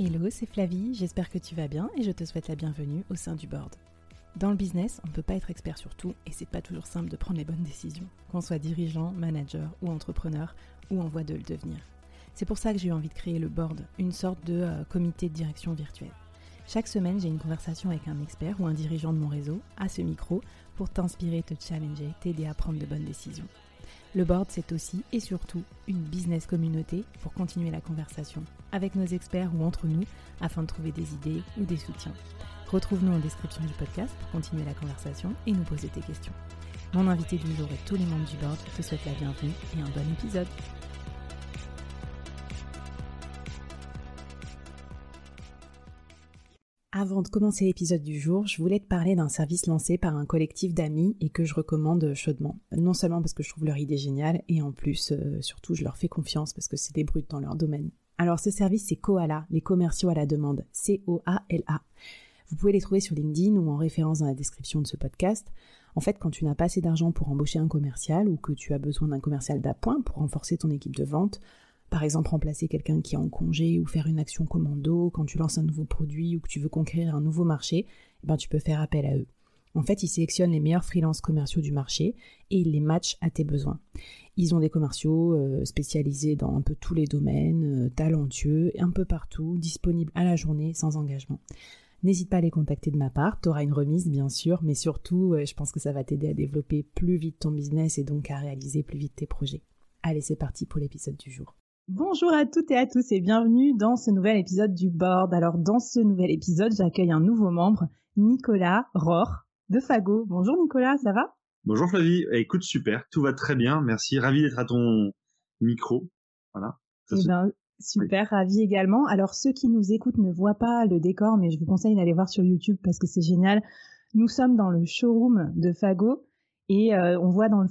Hello, c'est Flavie, j'espère que tu vas bien et je te souhaite la bienvenue au sein du board. Dans le business, on ne peut pas être expert sur tout et c'est pas toujours simple de prendre les bonnes décisions, qu'on soit dirigeant, manager ou entrepreneur ou en voie de le devenir. C'est pour ça que j'ai eu envie de créer le board, une sorte de comité de direction virtuel. Chaque semaine, j'ai une conversation avec un expert ou un dirigeant de mon réseau, à ce micro, pour t'inspirer, te challenger, t'aider à prendre de bonnes décisions. Le board, c'est aussi et surtout une business communauté pour continuer la conversation avec nos experts ou entre nous afin de trouver des idées ou des soutiens. Retrouve-nous en description du podcast pour continuer la conversation et nous poser tes questions. Mon invité du jour et tous les membres du board te souhaitent la bienvenue et un bon épisode. Avant de commencer l'épisode du jour, je voulais te parler d'un service lancé par un collectif d'amis et que je recommande chaudement. Non seulement parce que je trouve leur idée géniale, et en plus, surtout, je leur fais confiance parce que c'est des brutes dans leur domaine. Alors ce service, c'est Koala, les commerciaux à la demande, C-O-A-L-A. Vous pouvez les trouver sur LinkedIn ou en référence dans la description de ce podcast. En fait, quand tu n'as pas assez d'argent pour embaucher un commercial ou que tu as besoin d'un commercial d'appoint pour renforcer ton équipe de vente, par exemple, remplacer quelqu'un qui est en congé ou faire une action commando quand tu lances un nouveau produit ou que tu veux conquérir un nouveau marché, tu peux faire appel à eux. En fait, ils sélectionnent les meilleurs freelances commerciaux du marché et ils les matchent à tes besoins. Ils ont des commerciaux spécialisés dans un peu tous les domaines, talentueux, un peu partout, disponibles à la journée, sans engagement. N'hésite pas à les contacter de ma part, tu auras une remise bien sûr, mais surtout, je pense que ça va t'aider à développer plus vite ton business et donc à réaliser plus vite tes projets. Allez, c'est parti pour l'épisode du jour. Bonjour à toutes et à tous et bienvenue dans ce nouvel épisode du board. Alors dans ce nouvel épisode, j'accueille un nouveau membre, Nicolas Rohr de Fago. Bonjour Nicolas, ça va ? Bonjour Flavie, écoute super, tout va très bien, merci, ravi d'être à ton micro. Voilà. Super, ravi également. Alors ceux qui nous écoutent ne voient pas le décor, mais je vous conseille d'aller voir sur YouTube parce que c'est génial. Nous sommes dans le showroom de Fago. Et on voit dans le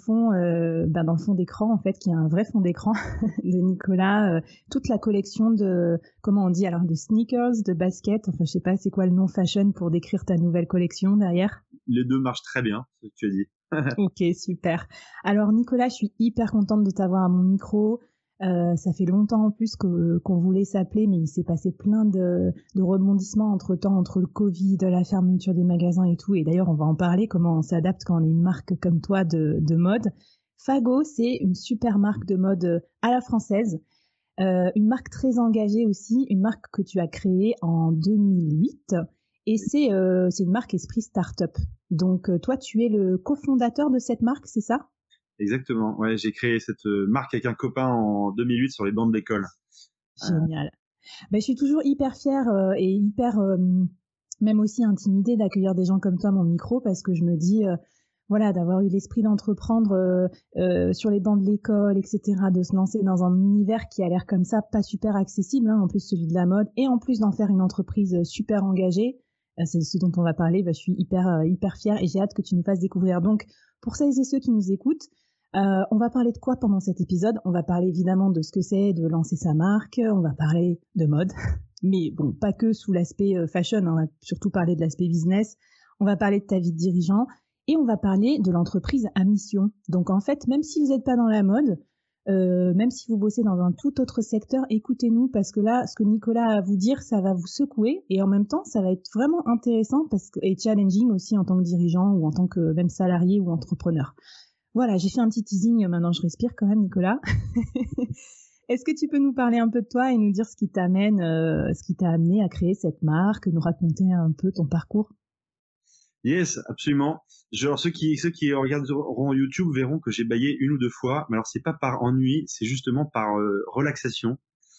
fond d'écran en fait, qu'il y a un vrai fond d'écran de Nicolas, toute la collection de, de sneakers, de baskets, enfin je sais pas c'est quoi le nom fashion pour décrire ta nouvelle collection derrière. Les deux marchent très bien, ce que tu as dit. Ok, super. Alors Nicolas, je suis hyper contente de t'avoir à mon micro. Ça fait longtemps en plus qu'on voulait s'appeler, mais il s'est passé plein de rebondissements entre-temps, entre le Covid, la fermeture des magasins et tout. Et d'ailleurs, on va en parler, comment on s'adapte quand on est une marque comme toi de mode. Fago, c'est une super marque de mode à la française. Une marque très engagée aussi, une marque que tu as créée en 2008. Et c'est une marque esprit start-up. Donc, toi, tu es le cofondateur de cette marque, c'est ça ? Exactement, ouais, j'ai créé cette marque avec un copain en 2008 sur les bancs de l'école. Génial. Je suis toujours hyper fière et hyper même aussi intimidée d'accueillir des gens comme toi à mon micro parce que je me dis d'avoir eu l'esprit d'entreprendre sur les bancs de l'école, etc., de se lancer dans un univers qui a l'air comme ça pas super accessible, en plus celui de la mode, et en plus d'en faire une entreprise super engagée, c'est ce dont on va parler, je suis hyper fière et j'ai hâte que tu nous fasses découvrir. Donc, pour celles et ceux qui nous écoutent, on va parler de quoi pendant cet épisode ? On va parler évidemment de ce que c'est de lancer sa marque, on va parler de mode, mais bon, pas que sous l'aspect fashion, on va surtout parler de l'aspect business, on va parler de ta vie de dirigeant, et on va parler de l'entreprise à mission. Donc en fait, même si vous n'êtes pas dans la mode, même si vous bossez dans un tout autre secteur, écoutez-nous parce que là, ce que Nicolas a à vous dire, ça va vous secouer et en même temps, ça va être vraiment intéressant et challenging aussi en tant que dirigeant ou en tant que même salarié ou entrepreneur. Voilà, j'ai fait un petit teasing, maintenant je respire quand même, Nicolas. Est-ce que tu peux nous parler un peu de toi et nous dire ce qui t'a amené à créer cette marque, nous raconter un peu ton parcours ? Yes, absolument. Alors ceux qui regarderont YouTube verront que j'ai bâillé une ou deux fois, mais alors c'est pas par ennui, c'est justement par relaxation.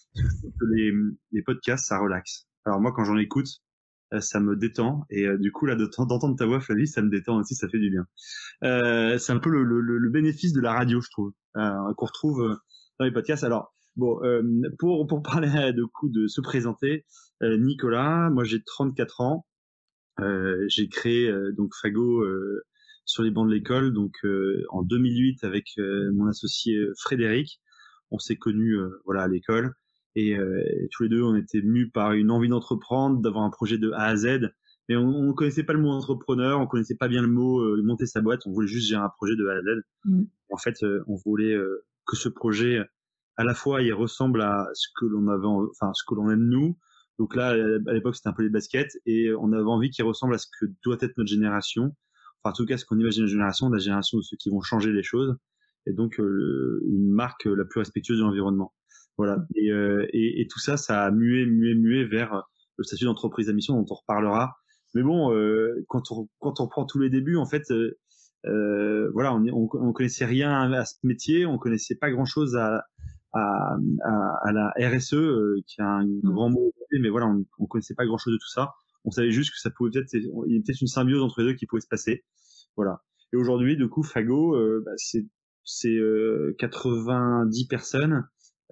Les podcasts, ça relaxe. Alors moi, quand j'en écoute, ça me détend et du coup là d'entendre ta voix, Flavie, ça me détend aussi, ça fait du bien. C'est un peu le bénéfice de la radio, je trouve, qu'on retrouve dans les podcasts. Alors bon, pour parler de se présenter, Nicolas, moi j'ai 34 ans. J'ai créé donc Fago sur les bancs de l'école, donc en 2008 avec mon associé Frédéric. On s'est connus à l'école et tous les deux on était mus par une envie d'entreprendre, d'avoir un projet de A à Z. Mais on connaissait pas le mot entrepreneur, on connaissait pas bien le mot monter sa boîte. On voulait juste gérer un projet de A à Z. En fait, on voulait que ce projet à la fois il ressemble à ce que l'on avait, ce que l'on aime nous, Donc là, à l'époque, c'était un peu les baskets et on avait envie qu'il ressemble à ce que doit être notre génération. Enfin, en tout cas, ce qu'on imagine la génération de ceux qui vont changer les choses. Et donc, une marque la plus respectueuse de l'environnement. Voilà. Et tout ça, ça a mué vers le statut d'entreprise à mission dont on reparlera. Mais bon, quand on prend tous les débuts, en fait, voilà, on connaissait rien à ce métier, on connaissait pas grand chose à, à la RSE, qui a un grand mot, mais voilà, on connaissait pas grand chose de tout ça. On savait juste que ça pouvait peut-être, il y avait peut-être une symbiose entre les deux qui pouvait se passer. Voilà. Et aujourd'hui, du coup, Fago, c'est 90 personnes,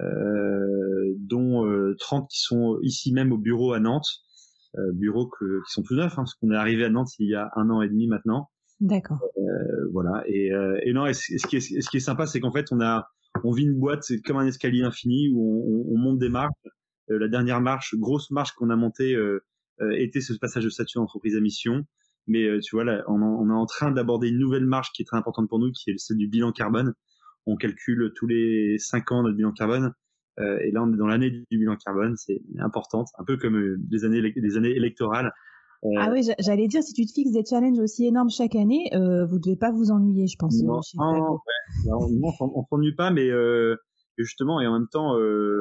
dont 30 qui sont ici même au bureau à Nantes, bureaux qui sont tout neufs, hein, parce qu'on est arrivé à Nantes il y a 1 an et demi maintenant. D'accord. Voilà. Et non, ce qui est sympa, c'est qu'en fait, on vit une boîte, c'est comme un escalier infini où on monte des marches. La dernière marche, grosse marche qu'on a montée, était ce passage de statut d'entreprise à mission. Mais tu vois, là, on est en train d'aborder une nouvelle marche qui est très importante pour nous, qui est celle du bilan carbone. On calcule tous les 5 ans notre bilan carbone. Et là, on est dans l'année du bilan carbone. C'est importante, un peu comme des années électorales. Ah oui, j'allais dire, si tu te fixes des challenges aussi énormes chaque année, vous devez pas vous ennuyer, je pense, Non, chez Fago. ouais. Alors, non, on s'ennuie pas, mais justement, et en même temps,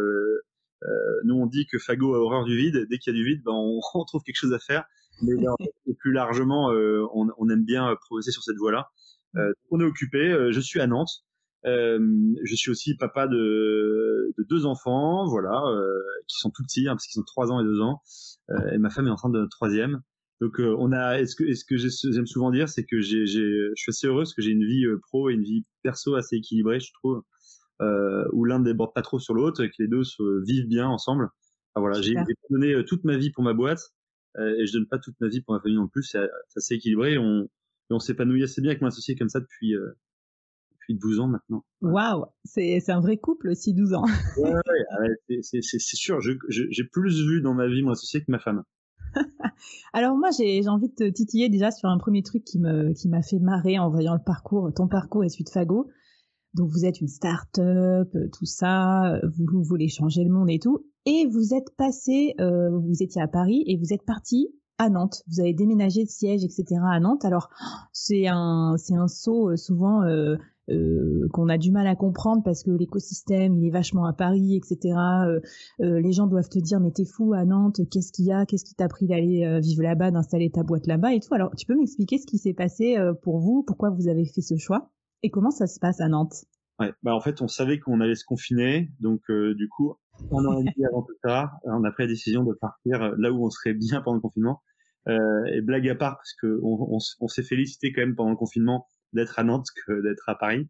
nous on dit que Fago a horreur du vide. Dès qu'il y a du vide, ben, on trouve quelque chose à faire. Mais là, plus largement, on aime bien progresser sur cette voie-là. On est occupé. Je suis à Nantes. Je suis aussi papa de 2 enfants, voilà, qui sont tout petits, hein, parce qu'ils ont 3 ans et 2 ans. Et ma femme est enceinte de notre troisième. Donc on a, est-ce que j'aime souvent dire, c'est que je suis assez heureux parce que j'ai une vie pro et une vie perso assez équilibrée, je trouve, où l'un ne déborde pas trop sur l'autre, et que les deux se vivent bien ensemble. Enfin, voilà, j'ai donné toute ma vie pour ma boîte, et je donne pas toute ma vie pour ma famille non plus. C'est assez équilibré. Et on s'épanouit assez bien avec mon associé comme ça depuis 12 ans maintenant. Waouh, c'est un vrai couple aussi, 12 ans. Ouais, c'est sûr. J'ai plus vu dans ma vie mon associé que ma femme. Alors moi, j'ai envie de te titiller déjà sur un premier truc qui m'a fait marrer en voyant ton parcours issu de Fago. Donc vous êtes une start-up, tout ça, vous voulez changer le monde et tout, et vous êtes passé, vous étiez à Paris et vous êtes parti à Nantes. Vous avez déménagé de siège, etc. à Nantes. Alors c'est un saut souvent qu'on a du mal à comprendre parce que l'écosystème il est vachement à Paris, etc. Les gens doivent te dire mais t'es fou à Nantes, qu'est-ce qu'il y a, qu'est-ce qui t'a pris d'aller vivre là-bas, d'installer ta boîte là-bas et tout. Alors tu peux m'expliquer ce qui s'est passé pour vous, pourquoi vous avez fait ce choix? Et comment ça se passe à Nantes? Ouais, bah en fait, on savait qu'on allait se confiner, donc du coup, 1 an et demi avant tout ça, on a pris la décision de partir là où on serait bien pendant le confinement. Et blague à part, parce que on s'est félicité quand même pendant le confinement d'être à Nantes que d'être à Paris.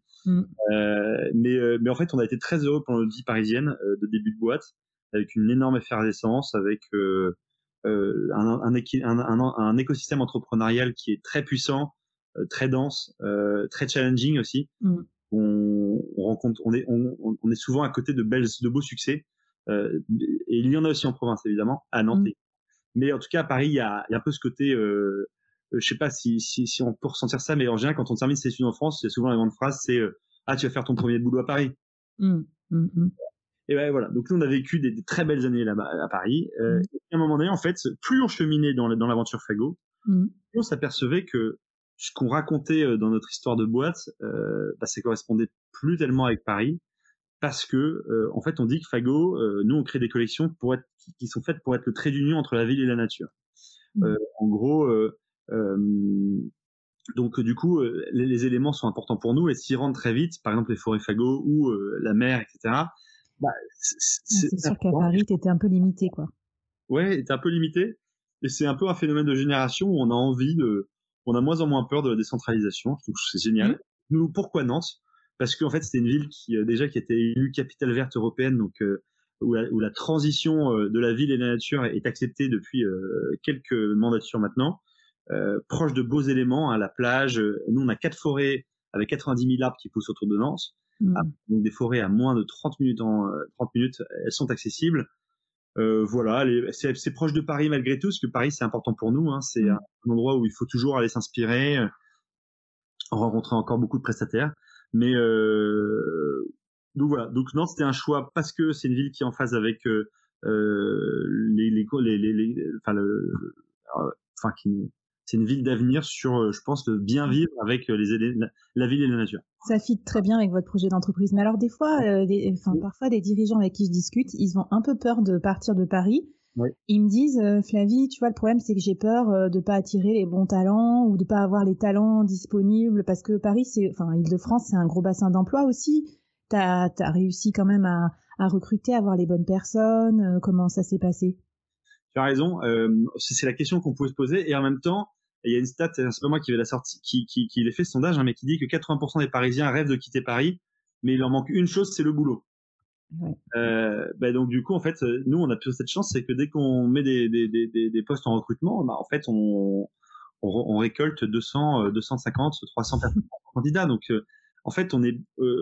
Mais en fait, on a été très heureux pendant notre vie parisienne de début de boîte, avec une énorme effervescence, avec un écosystème entrepreneurial qui est très puissant, très dense, très challenging aussi. On rencontre, on est souvent à côté de beaux succès. Et il y en a aussi en province, évidemment, à Nantes. Mais en tout cas, à Paris, il y a un peu ce côté, je sais pas si on peut ressentir ça, mais en général, quand on termine ses études en France, il y a souvent la grande phrase, c'est ah, tu vas faire ton premier boulot à Paris. Et ben voilà. Donc nous, on a vécu des très belles années là-bas à Paris. Et à un moment donné, en fait, plus on cheminait dans l'aventure Fago, plus on s'apercevait que ce qu'on racontait dans notre histoire de boîte, bah, ça correspondait plus tellement avec Paris, parce que en fait, on dit que Fago, nous, on crée des collections qui sont faites pour être le trait d'union entre la ville et la nature. En gros, donc du coup, les éléments sont importants pour nous et s'y rendent très vite, par exemple les forêts Fago ou la mer, etc. Bah, c'est sûr qu'à Paris, t'étais un peu limité, quoi. Ouais, t'es un peu limité. Et c'est un peu un phénomène de génération où on a moins en moins peur de la décentralisation. Je trouve que c'est génial. Nous, pourquoi Nantes? Parce qu'en fait, c'était une ville qui était élue capitale verte européenne, donc où la transition de la ville et de la nature est acceptée depuis quelques mandatures maintenant. Proche de beaux éléments, à la plage. Nous, on a 4 forêts avec 90 000 arbres qui poussent autour de Nantes. Donc des forêts à moins de 30 minutes, elles sont accessibles. Voilà, c'est proche de Paris malgré tout, parce que Paris c'est important pour nous. Hein, c'est un endroit où il faut toujours aller s'inspirer, rencontrer encore beaucoup de prestataires. Mais donc voilà. Donc Nantes c'était un choix parce que c'est une ville qui est en phase avec enfin c'est une ville d'avenir sur, je pense, le bien vivre avec la ville et la nature. Ça fit très bien avec votre projet d'entreprise. Mais alors des fois, parfois des dirigeants avec qui je discute, ils ont un peu peur de partir de Paris. Oui. Ils me disent, Flavie, tu vois, le problème c'est que j'ai peur de pas attirer les bons talents ou de pas avoir les talents disponibles parce que Paris, Île-de-France, c'est un gros bassin d'emploi aussi. T'as réussi quand même à recruter, à avoir les bonnes personnes. Comment ça s'est passé? Tu as raison. C'est la question qu'on pouvait se poser. Et en même temps, il y a une stat, c'est pas moi qui vais la sortir, qui a fait ce sondage, mais qui dit que 80% des Parisiens rêvent de quitter Paris, mais il leur manque une chose, c'est le boulot. Ouais. Donc du coup, en fait, nous, on a plutôt cette chance, c'est que dès qu'on met des postes en recrutement, en fait, on récolte 200, 250, 300 candidats. Donc, en fait, on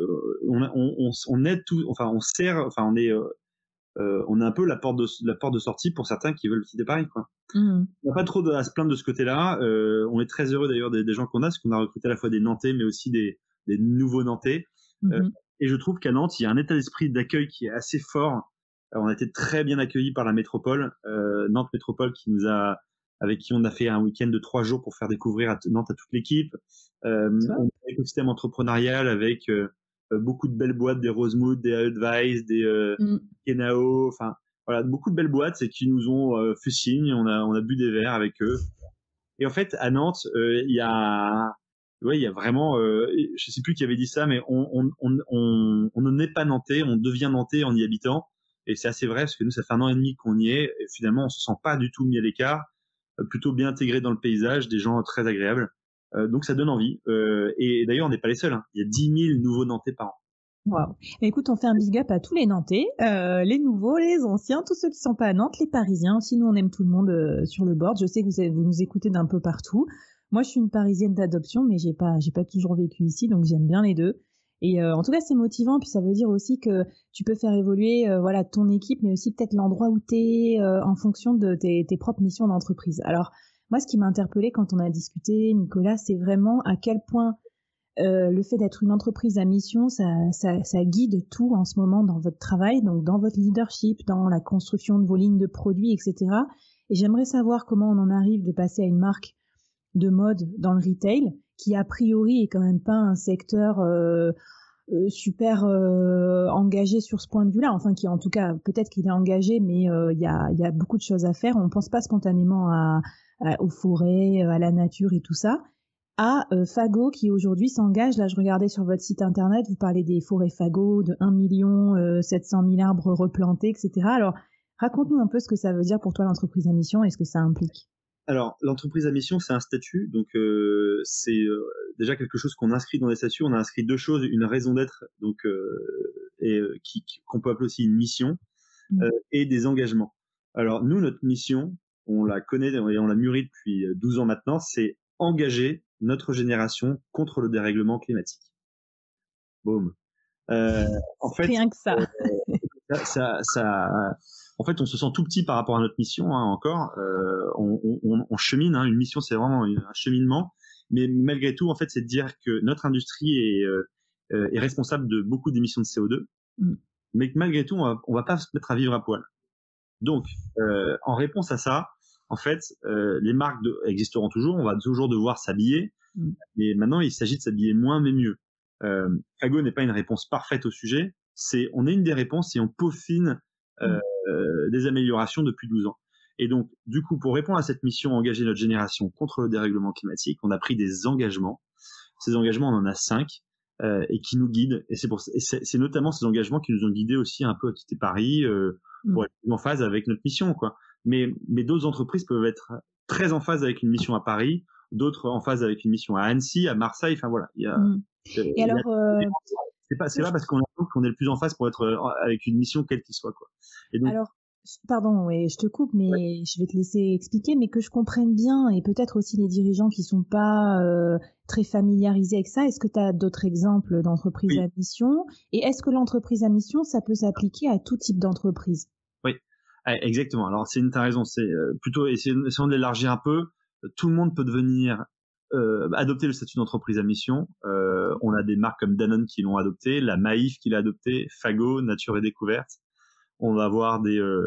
aide tout, enfin, on sert, enfin, on est un peu la porte de sortie pour certains qui veulent quitter Paris, quoi. On n'a pas trop à se plaindre de ce côté-là. On est très heureux d'ailleurs des gens qu'on a, parce qu'on a recruté à la fois des Nantais, mais aussi des nouveaux Nantais. Et je trouve qu'à Nantes, il y a un état d'esprit d'accueil qui est assez fort. On a été très bien accueillis par la métropole, Nantes Métropole, avec qui on a fait un week-end de 3 jours pour faire découvrir Nantes à toute l'équipe. On a un écosystème entrepreneurial avec beaucoup de belles boîtes, des Rosemood, des Advice, des Kenao, enfin voilà, beaucoup de belles boîtes et qui nous ont fait signe. On a bu des verres avec eux. Et en fait, à Nantes, il y a vraiment, je sais plus qui avait dit ça, mais on ne naît pas nantais, on devient nantais en y habitant. Et c'est assez vrai parce que nous, ça fait 1 an et demi qu'on y est. Et finalement, on se sent pas du tout mis à l'écart, plutôt bien intégré dans le paysage, des gens très agréables. Donc ça donne envie. Et d'ailleurs, on n'est pas les seuls, hein. Il y a 10 000 nouveaux Nantais par an. Wow. Écoute, on fait un big up à tous les Nantais, les nouveaux, les anciens, tous ceux qui sont pas à Nantes, les Parisiens aussi. Nous, on aime tout le monde sur le board. Je sais que vous nous écoutez d'un peu partout. Moi, je suis une Parisienne d'adoption, mais j'ai pas toujours vécu ici, donc j'aime bien les deux. Et en tout cas, c'est motivant. Puis ça veut dire aussi que tu peux faire évoluer, ton équipe, mais aussi peut-être l'endroit où t'es en fonction de tes propres missions d'entreprise. Alors moi, ce qui m'a interpellée quand on a discuté, Nicolas, c'est vraiment à quel point le fait d'être une entreprise à mission, ça guide tout en ce moment dans votre travail, donc dans votre leadership, dans la construction de vos lignes de produits, etc. Et j'aimerais savoir comment on en arrive de passer à une marque de mode dans le retail, qui a priori est quand même pas un secteur super engagé sur ce point de vue-là. Enfin, qui en tout cas, peut-être qu'il est engagé, mais il y a beaucoup de choses à faire. On pense pas spontanément aux forêts, à la nature et tout ça. À Fago qui aujourd'hui s'engage, là je regardais sur votre site internet, vous parlez des forêts Fago, de 1 700 000 arbres replantés, etc. Alors raconte-nous un peu ce que ça veut dire pour toi l'entreprise à mission et ce que ça implique. Alors l'entreprise à mission, c'est un statut, donc c'est déjà quelque chose qu'on inscrit dans les statuts. On a inscrit 2 choses, une raison d'être, donc qu'on peut appeler aussi une mission, et des engagements. Alors nous, notre mission, on la connaît et on l'a mûrie depuis 12 ans maintenant, c'est engager notre génération contre le dérèglement climatique. Boum. En fait, rien que ça. En fait, on se sent tout petit par rapport à notre mission, hein, encore. On chemine, hein. Une mission, c'est vraiment un cheminement. Mais malgré tout, en fait, c'est de dire que notre industrie est responsable de beaucoup d'émissions de CO2, mais que malgré tout, on va pas se mettre à vivre à poil. Donc, en réponse à ça, en fait, les marques existeront toujours. On va toujours devoir s'habiller, mais maintenant, il s'agit de s'habiller moins, mais mieux. Fago n'est pas une réponse parfaite au sujet. On est une des réponses et on peaufine des améliorations depuis 12 ans. Et donc, du coup, pour répondre à cette mission, engager notre génération contre le dérèglement climatique, on a pris des engagements. Ces engagements, on en a 5 et qui nous guident. Et c'est notamment ces engagements qui nous ont guidés aussi un peu à quitter Paris pour être plus en phase avec notre mission, quoi. Mais d'autres entreprises peuvent être très en phase avec une mission à Paris, d'autres en phase avec une mission à Annecy, à Marseille. Enfin voilà, il y a. Et alors, c'est pas parce qu'on est le plus en phase pour être avec une mission quelle qu'il soit, quoi. Et donc, alors, pardon, ouais, je te coupe, mais je vais te laisser expliquer, mais que je comprenne bien, et peut-être aussi les dirigeants qui sont pas très familiarisés avec ça. Est-ce que tu as d'autres exemples d'entreprises à mission? Et est-ce que l'entreprise à mission, ça peut s'appliquer à tout type d'entreprise? Oui, exactement. Alors, t'as raison. C'est plutôt essayons de l'élargir un peu. Tout le monde peut devenir adopter le statut d'entreprise à mission. On a des marques comme Danone qui l'ont adopté, la Maïf qui l'a adopté, Fago, Nature et Découverte. on va avoir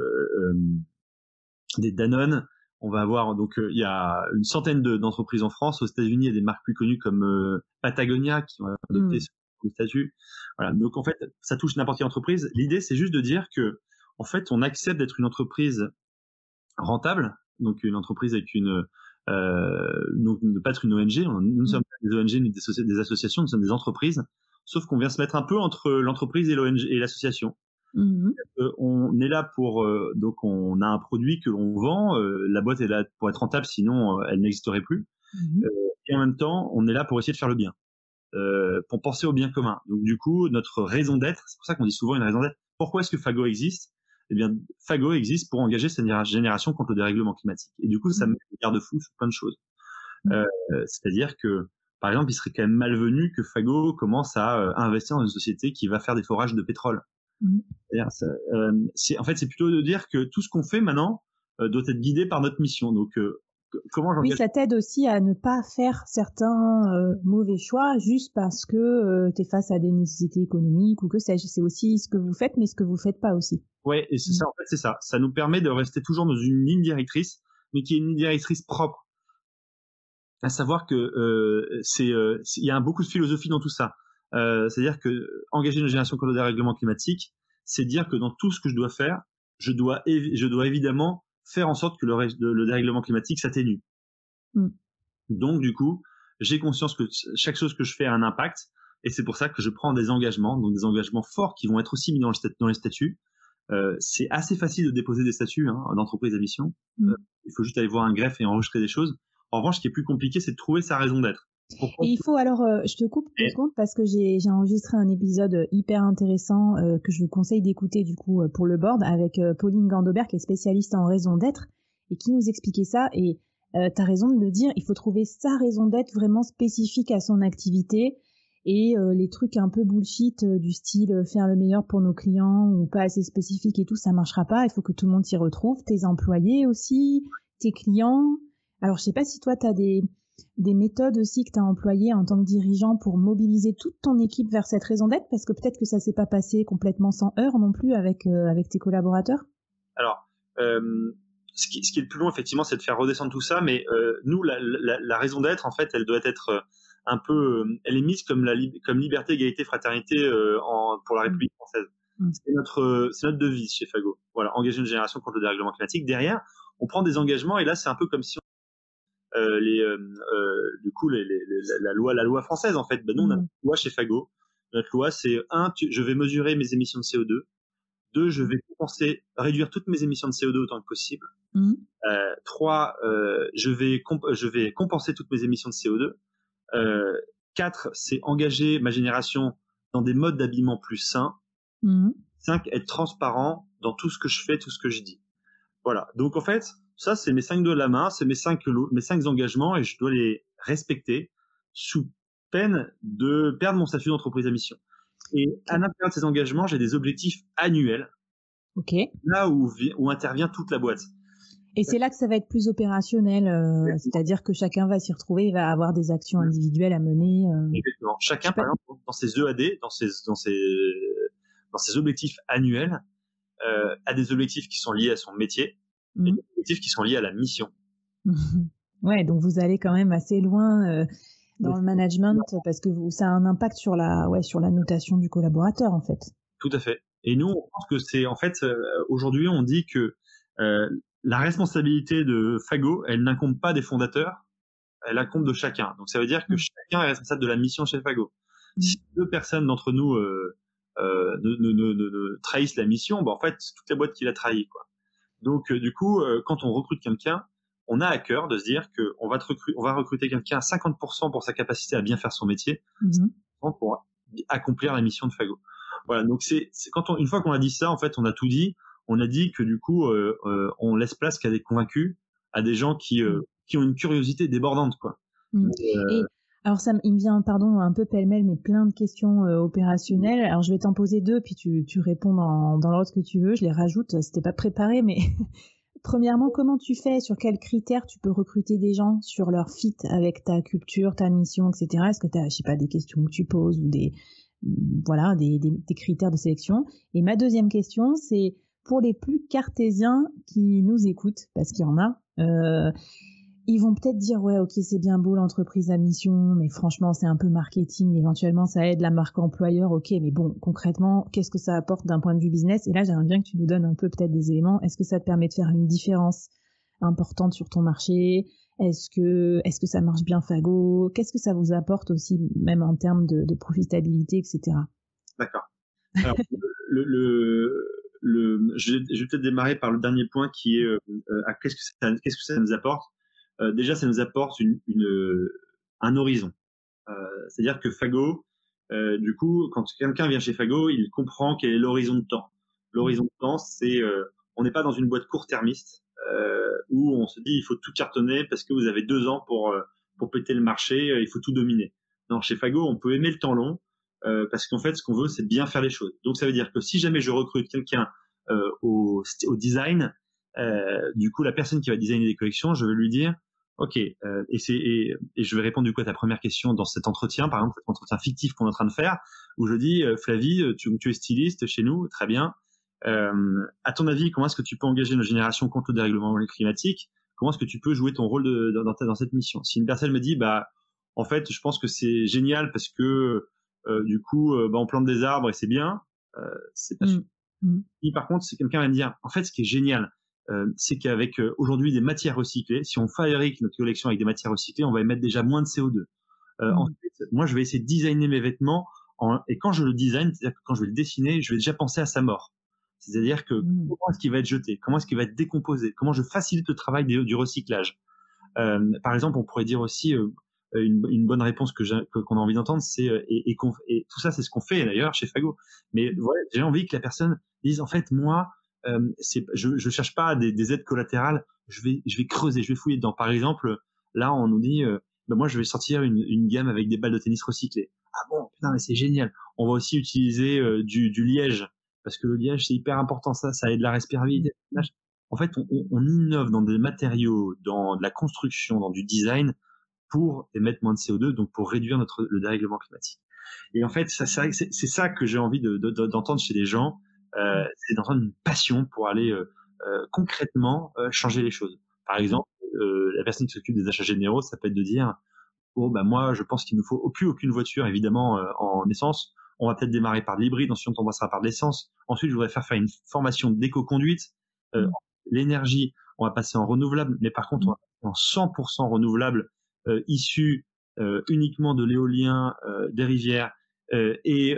des Danone, on va avoir donc il y a une centaine d'entreprises en France. Aux États-Unis, il y a des marques plus connues comme Patagonia qui ont adopté ce statut. Voilà. Donc en fait, ça touche n'importe quelle entreprise. L'idée, c'est juste de dire que en fait, on accepte d'être une entreprise rentable, donc une entreprise avec donc ne pas être une ONG. Nous ne sommes pas des ONG ni des associations, nous sommes des entreprises. Sauf qu'on vient se mettre un peu entre l'entreprise et l'ONG et l'association. On est là donc on a un produit que l'on vend, la boîte est là pour être rentable, sinon elle n'existerait plus. Et en même temps, on est là pour essayer de faire le bien, pour penser au bien commun. Donc du coup, notre raison d'être, c'est pour ça qu'on dit souvent une raison d'être. Pourquoi est-ce que Fago existe? Eh bien, Fago existe pour engager cette génération contre le dérèglement climatique. Et du coup, ça met des garde-fous sur plein de choses. C'est-à-dire que, par exemple, il serait quand même malvenu que Fago commence à investir dans une société qui va faire des forages de pétrole. En fait, c'est plutôt de dire que tout ce qu'on fait maintenant doit être guidé par notre mission. Donc, comment oui, ça t'aide aussi à ne pas faire certains mauvais choix juste parce que tu es face à des nécessités économiques ou que sais-je. C'est aussi ce que vous faites, mais ce que vous faites pas aussi. Ouais, et c'est ça, en fait, c'est ça. Ça nous permet de rester toujours dans une ligne directrice, mais qui est une ligne directrice propre. À savoir que il y a beaucoup de philosophie dans tout ça. C'est-à-dire que engager une génération contre le dérèglement climatique, c'est dire que dans tout ce que je dois faire, je dois évidemment faire en sorte que le dérèglement climatique s'atténue. Donc, du coup, j'ai conscience que chaque chose que je fais a un impact, et c'est pour ça que je prends des engagements, donc des engagements forts qui vont être aussi mis dans les statuts. C'est assez facile de déposer des statuts d'entreprise à mission. Il faut juste aller voir un greffe et enregistrer des choses. En revanche, ce qui est plus compliqué, c'est de trouver sa raison d'être. Et il faut alors, je te coupe 2 secondes parce que j'ai enregistré un épisode hyper intéressant que je vous conseille d'écouter du coup pour le board avec Pauline Gandobert qui est spécialiste en raison d'être et qui nous expliquait ça. Et t'as raison de le dire, il faut trouver sa raison d'être vraiment spécifique à son activité et les trucs un peu bullshit du style faire le meilleur pour nos clients ou pas assez spécifique et tout, ça marchera pas. Il faut que tout le monde s'y retrouve, tes employés aussi, tes clients. Alors je sais pas si toi t'as des méthodes aussi que tu as employées en tant que dirigeant pour mobiliser toute ton équipe vers cette raison d'être, parce que peut-être que ça s'est pas passé complètement sans heurts non plus avec tes collaborateurs. Alors, ce qui est le plus long, effectivement, c'est de faire redescendre tout ça, mais nous, la raison d'être, en fait, elle doit être un peu... elle est mise comme liberté, égalité, fraternité pour la République française. C'est notre devise chez Fago. Voilà, engager une génération contre le dérèglement climatique. Derrière, on prend des engagements, et là, c'est un peu comme si du coup la loi française en fait. Nous on a une loi chez Fago. Notre loi c'est je vais mesurer mes émissions de CO2. 2, je vais réduire toutes mes émissions de CO2 autant que possible. 3, je vais compenser toutes mes émissions de CO2. 4, c'est engager ma génération dans des modes d'habillement plus sains. 5, être transparent dans tout ce que je fais, tout ce que je dis. Voilà. Donc en fait, ça c'est mes 5 doigts de la main, c'est mes 5 engagements et je dois les respecter sous peine de perdre mon statut d'entreprise à mission. Et à l'intérieur de ces engagements, j'ai des objectifs annuels. Là où intervient toute la boîte. Et c'est là que ça va être plus opérationnel, c'est-à-dire que chacun va s'y retrouver et va avoir des actions individuelles à mener. Exactement. Chacun, par exemple, dans ses EAD, dans ses objectifs annuels, a des objectifs qui sont liés à son métier et des objectifs qui sont liés à la mission. Ouais, donc vous allez quand même assez loin dans le management parce que ça a un impact sur la notation du collaborateur en fait. Tout à fait. Et nous, on pense que c'est en fait aujourd'hui, on dit que la responsabilité de Fago, elle n'incombe pas des fondateurs, elle incombe de chacun. Donc ça veut dire que chacun est responsable de la mission chez Fago. Si 2 personnes d'entre nous ne trahissent la mission, en fait, c'est toute la boîte qui l'a trahi, quoi. Donc du coup, quand on recrute quelqu'un, on a à cœur de se dire que on va recruter quelqu'un à 50% pour sa capacité à bien faire son métier, 50% pour accomplir la mission de Fago. Voilà, donc c'est une fois qu'on a dit ça, en fait, on a tout dit. On a dit que du coup, on laisse place qu'à des convaincus, à des gens qui ont une curiosité débordante, quoi. Et alors il me vient, pardon, un peu pêle-mêle, mais plein de questions opérationnelles. Alors je vais t'en poser 2, puis tu réponds dans l'ordre que tu veux. Je les rajoute. C'était pas préparé, mais premièrement, comment tu fais? Sur quels critères tu peux recruter des gens sur leur fit avec ta culture, ta mission, etc. Est-ce que tu as, je sais pas, des questions que tu poses ou des critères de sélection? Et ma deuxième question, c'est pour les plus cartésiens qui nous écoutent, parce qu'il y en a, ils vont peut-être dire ouais, ok, c'est bien beau l'entreprise à mission, mais franchement c'est un peu marketing, éventuellement ça aide la marque employeur, ok, mais bon, concrètement, qu'est-ce que ça apporte d'un point de vue business? Et là, j'aimerais bien que tu nous donnes un peu peut-être des éléments. Est-ce que ça te permet de faire une différence importante sur ton marché? Est-ce que ça marche bien Fago? Qu'est-ce que ça vous apporte aussi, même en termes de profitabilité, etc. D'accord. Alors, je vais peut-être démarrer par le dernier point qui est qu'est-ce que ça nous apporte. Déjà, ça nous apporte un horizon. C'est-à-dire que Fago, du coup, quand quelqu'un vient chez Fago, il comprend quel est l'horizon de temps. L'horizon de temps, c'est on n'est pas dans une boîte court-termiste où on se dit il faut tout cartonner parce que vous avez 2 ans pour péter le marché, il faut tout dominer. Non, chez Fago, on peut aimer le temps long parce qu'en fait, ce qu'on veut, c'est bien faire les choses. Donc, ça veut dire que si jamais je recrute quelqu'un au design, du coup, la personne qui va designer des collections, je vais lui dire ok, et je vais répondre du coup à ta première question dans cet entretien, par exemple cet entretien fictif qu'on est en train de faire, où je dis Flavie, tu es styliste chez nous, très bien. À ton avis, comment est-ce que tu peux engager nos générations contre le dérèglement climatique? Comment est-ce que tu peux jouer ton rôle dans cette mission? Si une personne me dit bah en fait je pense que c'est génial parce que du coup bah, on plante des arbres et c'est bien, c'est pas sûr. Et par contre, si quelqu'un va me dire en fait ce qui est génial, c'est qu'avec aujourd'hui des matières recyclées, si on fabrique notre collection avec des matières recyclées, on va émettre déjà moins de CO2. Ensuite, moi, je vais essayer de designer mes vêtements et quand je le design, c'est-à-dire que quand je vais le dessiner, je vais déjà penser à sa mort. C'est-à-dire que comment est-ce qu'il va être jeté, comment est-ce qu'il va être décomposé, comment je facilite le travail du recyclage. Par exemple, on pourrait dire aussi une bonne réponse qu'on a envie d'entendre, c'est et tout ça, c'est ce qu'on fait d'ailleurs chez Fago. Mais voilà, j'ai envie que la personne dise en fait moi je cherche pas des aides collatérales, je vais creuser, je vais fouiller dedans. Par exemple, là on nous dit bah moi je vais sortir une gamme avec des balles de tennis recyclées. Ah bon, putain mais c'est génial. On va aussi utiliser du liège parce que le liège c'est hyper important, ça aide la respirabilité. En fait, on innove dans des matériaux, dans de la construction, dans du design pour émettre moins de CO2, donc pour réduire le dérèglement climatique. Et en fait, c'est ça que j'ai envie d'entendre chez les gens, c'est d'entendre une passion pour aller concrètement changer les choses. Par exemple, la personne qui s'occupe des achats généraux, ça peut être de dire bon bah moi je pense qu'il ne faut plus aucune voiture évidemment en essence. On va peut-être démarrer par de l'hybride, ensuite on passera par de l'essence. Ensuite, je voudrais faire une formation d'éco-conduite. L'énergie, on va passer en renouvelable, mais par contre, on va passer en 100% renouvelable, issu uniquement de l'éolien, des rivières et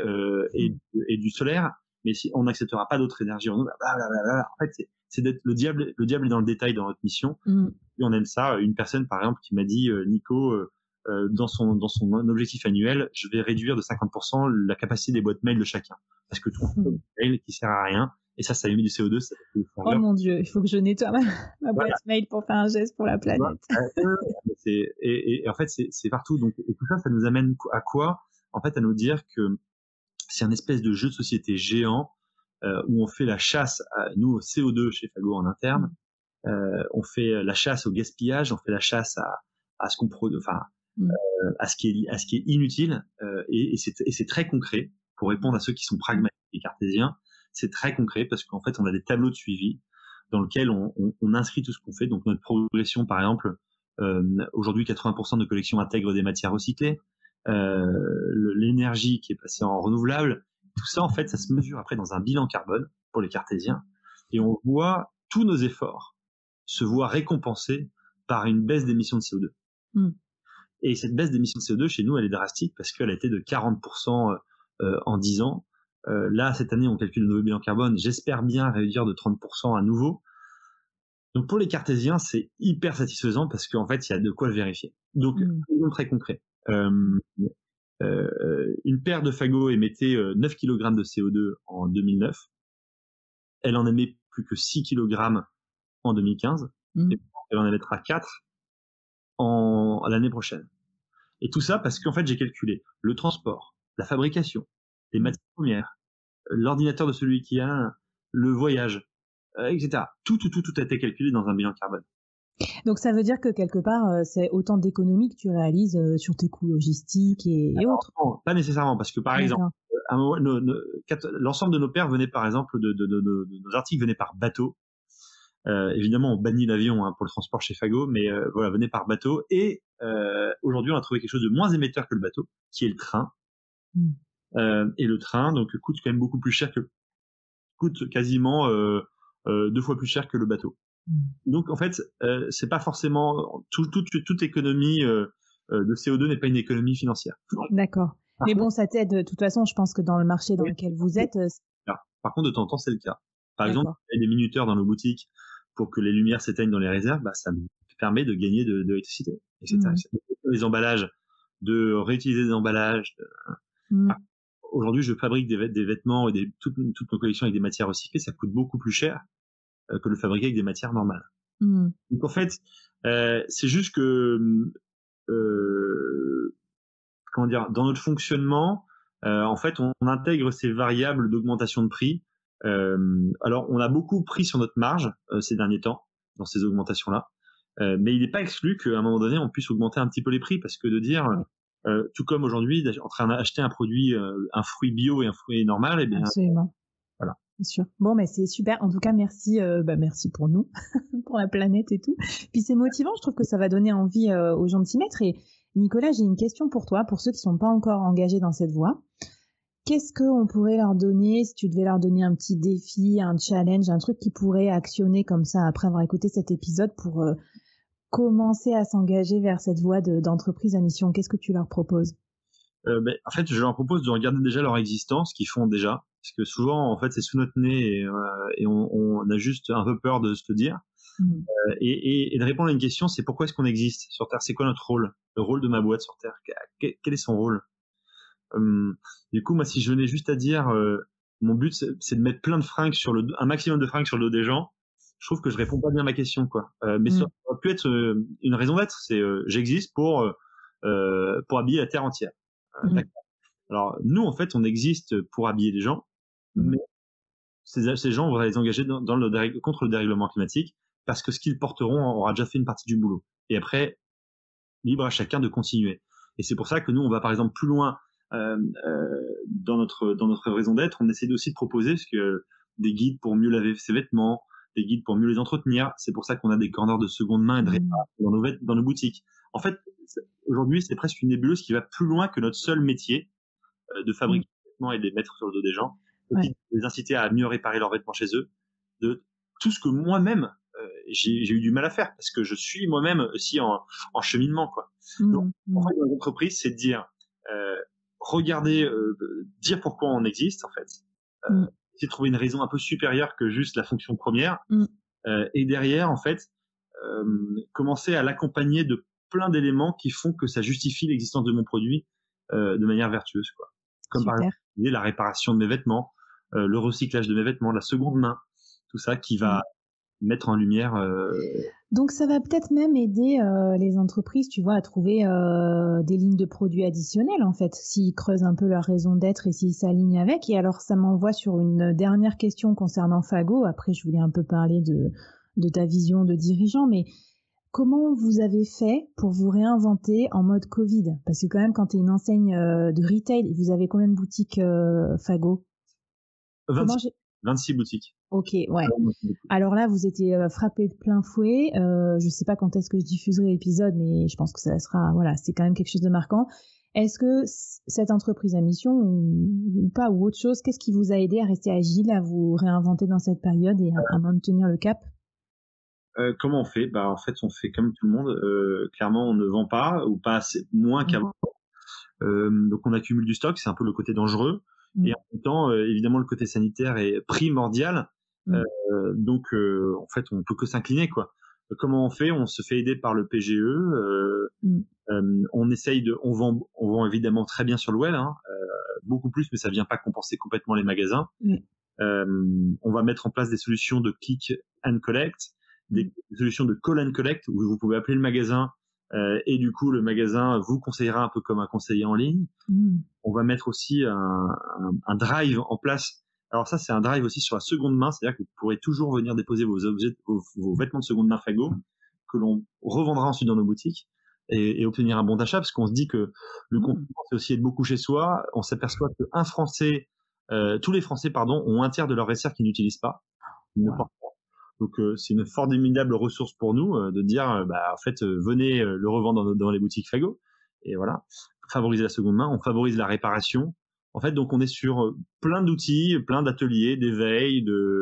du solaire. Mais si on n'acceptera pas d'autres énergies renouvelables, en fait, c'est d'être le diable est dans le détail dans notre mission. Et on aime ça. Une personne, par exemple, qui m'a dit Nico, dans son objectif annuel, je vais réduire de 50% la capacité des boîtes mail de chacun. Parce que tout un mail qui sert à rien. Et ça émet du CO2. Ça oh mon Dieu, il faut que je nettoie ma boîte mail pour faire un geste pour la planète. Et en fait, c'est partout. Donc, et tout ça, ça nous amène à quoi? En fait, à nous dire que c'est un espèce de jeu de société géant où on fait la chasse nous au CO2 chez Fago en interne. On fait la chasse au gaspillage, on fait la chasse à ce qu'on produit, enfin à ce qui est inutile et c'est très concret pour répondre à ceux qui sont pragmatiques et cartésiens. C'est très concret parce qu'en fait on a des tableaux de suivi dans lesquels on inscrit tout ce qu'on fait. Donc notre progression, par exemple, aujourd'hui 80% de nos collections intègrent des matières recyclées, l'énergie qui est passée en renouvelable. Tout ça en fait ça se mesure après dans un bilan carbone pour les cartésiens et on voit tous nos efforts se voient récompensés par une baisse d'émissions de CO2. Et cette baisse d'émissions de CO2, chez nous, elle est drastique parce qu'elle a été de 40% en 10 ans. Là, cette année, on calcule le nouveau bilan carbone. J'espère bien réduire de 30% à nouveau. Donc, pour les cartésiens, c'est hyper satisfaisant parce qu'en fait, il y a de quoi le vérifier. Donc, exemple très concret. Une paire de fagots émettait 9 kg de CO2 en 2009. Elle en émet plus que 6 kg en 2015. Et elle en émettra 4 l'année prochaine. Et tout ça parce qu'en fait, j'ai calculé le transport, la fabrication, les matières premières, l'ordinateur de celui qui a, le voyage, etc. Tout a été calculé dans un bilan carbone. Donc ça veut dire que quelque part, c'est autant d'économies que tu réalises sur tes coûts logistiques et autres. Non, pas nécessairement, parce que par exemple, l'ensemble de nos paires venaient par exemple de nos articles venaient par bateau. Évidemment, on bannit l'avion pour le transport chez Fago, mais voilà, venait par bateau. Et aujourd'hui, on a trouvé quelque chose de moins émetteur que le bateau, qui est le train. Et le train, donc, coûte quand même beaucoup plus cher coûte quasiment 2 fois plus cher que le bateau. Donc, en fait, c'est pas forcément toute économie de CO2 n'est pas une économie financière. D'accord. Mais bon, ça t'aide. De toute façon, je pense que dans le marché dans lequel vous êtes. Par contre, de temps en temps, c'est le cas. Par exemple, il y a des minuteurs dans nos boutiques pour que les lumières s'éteignent dans les réserves, ça me permet de gagner de l'électricité, etc. Les emballages, de réutiliser des emballages. Aujourd'hui, je fabrique des vêtements et toutes nos collections avec des matières recyclées, ça coûte beaucoup plus cher que le fabriquer avec des matières normales. Donc en fait, c'est juste que comment dire, dans notre fonctionnement, en fait, on intègre ces variables d'augmentation de prix. Alors, on a beaucoup pris sur notre marge ces derniers temps dans ces augmentations-là, mais il n'est pas exclu qu'à un moment donné, on puisse augmenter un petit peu les prix, parce que de dire, tout comme aujourd'hui, en train d'acheter un produit, un fruit bio et un fruit normal, et bien. Absolument. Voilà. C'est sûr. Bon, mais c'est super. En tout cas, merci, merci pour nous, pour la planète et tout. Puis c'est motivant. Je trouve que ça va donner envie aux gens de s'y mettre. Et Nicolas, j'ai une question pour toi, pour ceux qui sont pas encore engagés dans cette voie. Qu'est-ce qu'on pourrait leur donner, si tu devais leur donner un petit défi, un challenge, un truc qu'ils pourraient actionner comme ça après avoir écouté cet épisode pour commencer à s'engager vers cette voie d'entreprise à mission? Qu'est-ce que tu leur proposes? En fait, je leur propose de regarder déjà leur existence, ce qu'ils font déjà, parce que souvent, en fait, c'est sous notre nez et on a juste un peu peur de se le dire. Et de répondre à une question, c'est pourquoi est-ce qu'on existe sur Terre? C'est quoi notre rôle? Le rôle de ma boîte sur Terre? Quel est son rôle? Du coup, moi, si je venais juste à dire, mon but, c'est de mettre plein de fringues un maximum de fringues sur le dos des gens, je trouve que je réponds pas bien à ma question, quoi. Mais ça aurait pu être une raison d'être. C'est j'existe pour habiller la Terre entière. Alors, nous, en fait, on existe pour habiller les gens, mais ces gens, on va les engager contre le dérèglement climatique, parce que ce qu'ils porteront aura déjà fait une partie du boulot. Et après, libre à chacun de continuer. Et c'est pour ça que nous, on va par exemple plus loin dans notre raison d'être. On essaie aussi de proposer des guides pour mieux laver ses vêtements, des guides pour mieux les entretenir. C'est pour ça qu'on a des corners de seconde main et de réparation dans nos boutiques. En fait, aujourd'hui, c'est presque une nébuleuse qui va plus loin que notre seul métier de fabriquer des vêtements et de les mettre sur le dos des gens, les inciter à mieux réparer leurs vêtements chez eux, de tout ce que moi-même j'ai eu du mal à faire, parce que je suis moi-même aussi en cheminement, quoi. Donc, en fait, dans l'entreprise, c'est de dire, regarder, dire pourquoi on existe, en fait, essayer de trouver une raison un peu supérieure que juste la fonction première, et derrière, en fait, commencer à l'accompagner de plein d'éléments qui font que ça justifie l'existence de mon produit de manière vertueuse, quoi. Comme par exemple la réparation de mes vêtements, le recyclage de mes vêtements, la seconde main, tout ça qui va mettre en lumière. Donc ça va peut-être même aider les entreprises, tu vois, à trouver des lignes de produits additionnelles, en fait, s'ils creusent un peu leur raison d'être et s'ils s'alignent avec. Et alors ça m'envoie sur une dernière question concernant Fago. Après, je voulais un peu parler de ta vision de dirigeant, mais comment vous avez fait pour vous réinventer en mode Covid? Parce que quand même, quand tu es une enseigne de retail, vous avez combien de boutiques Fago? 26 boutiques. Ok, ouais. Alors là, vous étiez frappé de plein fouet. Je sais pas quand est-ce que je diffuserai l'épisode, mais je pense que ça sera, voilà, c'est quand même quelque chose de marquant. Est-ce que cette entreprise à mission ou pas, ou autre chose, qu'est-ce qui vous a aidé à rester agile, à vous réinventer dans cette période et à maintenir le cap? Comment on fait? En fait, on fait comme tout le monde. Clairement, on ne vend pas, ou pas assez, moins qu'avant. Donc, on accumule du stock. C'est un peu le côté dangereux. Et en même temps, évidemment, le côté sanitaire est primordial. Donc, en fait, on peut que s'incliner, quoi. Comment on fait? On se fait aider par le PGE. On essaye on vend évidemment très bien sur le web, beaucoup plus, mais ça vient pas compenser complètement les magasins. On va mettre en place des solutions de click and collect, des solutions de call and collect, où vous pouvez appeler le magasin et du coup le magasin vous conseillera un peu comme un conseiller en ligne. On va mettre aussi un drive en place. Alors ça, c'est un drive aussi sur la seconde main, c'est-à-dire que vous pourrez toujours venir déposer vos vêtements de seconde main Fago, que l'on revendra ensuite dans nos boutiques. et obtenir un bon d'achat, parce qu'on se dit que le confinement, c'est aussi être beaucoup chez soi. On s'aperçoit que tous les Français, pardon, ont un tiers de leur vestiaire qu'ils n'utilisent pas. Ils ne Wow. portent pas. Donc c'est une formidable ressource pour nous de dire, en fait, venez le revendre dans les boutiques Fago. Et voilà, favoriser la seconde main, on favorise la réparation. En fait, donc on est sur plein d'outils, plein d'ateliers, d'éveil,